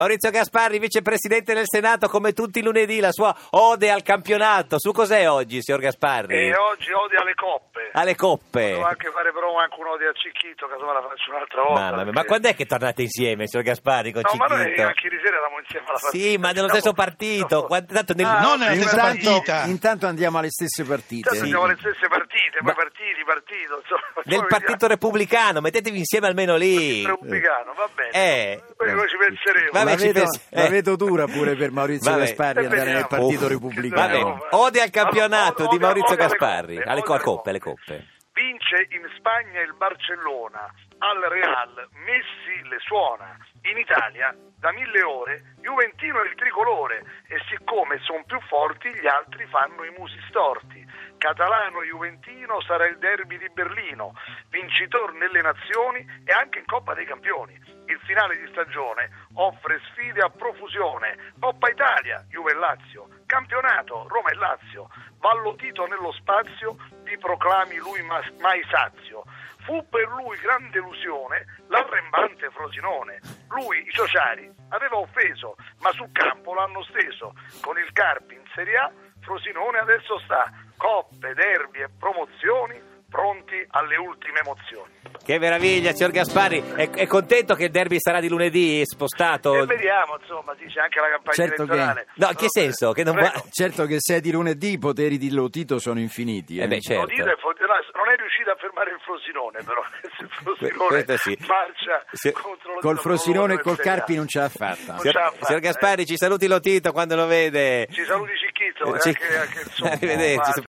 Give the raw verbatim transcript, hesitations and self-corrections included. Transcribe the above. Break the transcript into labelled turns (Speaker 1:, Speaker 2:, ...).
Speaker 1: Maurizio Gasparri, vicepresidente del Senato, come tutti i lunedì, la sua ode al campionato. Su cos'è oggi, signor Gasparri?
Speaker 2: E oggi ode alle coppe.
Speaker 1: Alle coppe.
Speaker 2: Devo anche fare però anche un'ode a Cicchito, casomai la faccio un'altra volta.
Speaker 1: Mamma mia,
Speaker 2: perché...
Speaker 1: Ma quando è che tornate insieme, signor Gasparri, con
Speaker 2: No,
Speaker 1: Cicchito?
Speaker 2: ma noi anche ieri sera eravamo insieme alla partita.
Speaker 1: Sì, ma nello stesso partito.
Speaker 2: No.
Speaker 1: Quanto, tanto nel...
Speaker 2: Ah,
Speaker 3: non nella
Speaker 2: sì,
Speaker 3: stessa
Speaker 2: intanto-
Speaker 3: partita.
Speaker 4: Intanto andiamo alle stesse partite.
Speaker 2: Intanto andiamo alle stesse partite, poi
Speaker 1: Ma-
Speaker 2: partiti, partito, insomma.
Speaker 1: Del
Speaker 2: poi
Speaker 1: partito
Speaker 2: vediamo.
Speaker 1: repubblicano, mettetevi insieme almeno lì.
Speaker 2: Repubblicano, va bene.
Speaker 1: Eh.
Speaker 2: Poi noi ci penseremo.
Speaker 1: Vabbè,
Speaker 4: La
Speaker 1: ci
Speaker 4: vedo,
Speaker 1: pensi-
Speaker 4: la
Speaker 1: eh.
Speaker 4: vedo dura pure per Maurizio
Speaker 1: Vabbè.
Speaker 4: Gasparri
Speaker 2: Eh,
Speaker 4: andare nel
Speaker 2: vediamo.
Speaker 4: Partito
Speaker 1: Oh.
Speaker 4: Repubblicano.
Speaker 1: Vabbè,
Speaker 2: No,
Speaker 1: ode al
Speaker 2: allora,
Speaker 1: campionato
Speaker 2: ode-
Speaker 1: di Maurizio
Speaker 2: ode alle
Speaker 1: Gasparri.
Speaker 2: coppe,
Speaker 1: Alle
Speaker 2: ode
Speaker 1: co-
Speaker 2: alle
Speaker 1: coppe, alle
Speaker 2: coppe.
Speaker 1: coppe.
Speaker 2: Vince in Spagna il Barcellona, al Real Messi le suona. In Italia da mille ore Juventino è il tricolore e siccome sono più forti gli altri fanno i musi storti. Catalano-Juventino sarà il derby di Berlino, vincitor nelle nazioni e anche in Coppa dei Campioni. Il finale di stagione offre sfide a profusione. Coppa Italia, Juve e Lazio, campionato, Roma e Lazio. Vallotito nello spazio, ti proclami lui ma- mai sazio. Fu per lui grande illusione l'arrembante Frosinone. Lui, i sociari, aveva offeso, ma sul campo l'hanno steso. Con il Carpi in Serie A, Frosinone adesso sta. Coppe, derby e promozioni, pronti alle ultime emozioni.
Speaker 1: Che meraviglia, signor Gasparri. È, è contento che il derby sarà di lunedì spostato?
Speaker 2: E vediamo, insomma, dice anche la campagna
Speaker 4: Certo che-
Speaker 2: elettorale.
Speaker 1: No, in che senso? Che non
Speaker 2: Prego.
Speaker 1: va...
Speaker 4: Certo che se è di lunedì i poteri di Lotito sono infiniti. Eh.
Speaker 1: Eh beh,
Speaker 2: Lo
Speaker 1: certo.
Speaker 2: dite, fo- no, non è riuscito a fermare il Frosinone, però se il Frosinone
Speaker 1: questo sì.
Speaker 2: marcia
Speaker 1: Sì.
Speaker 2: contro lo
Speaker 4: Col Frosinone e col
Speaker 2: Serie A.
Speaker 4: Carpi non ce l'ha fatta.
Speaker 2: Non
Speaker 1: Signor,
Speaker 2: ce l'ha fatta,
Speaker 1: signor Gasparri,
Speaker 2: eh.
Speaker 1: ci saluti Lotito quando lo vede.
Speaker 2: Ci saluti Cicchito e
Speaker 1: Ci-
Speaker 2: anche, anche il suo
Speaker 1: Arrivederci.
Speaker 2: bacio.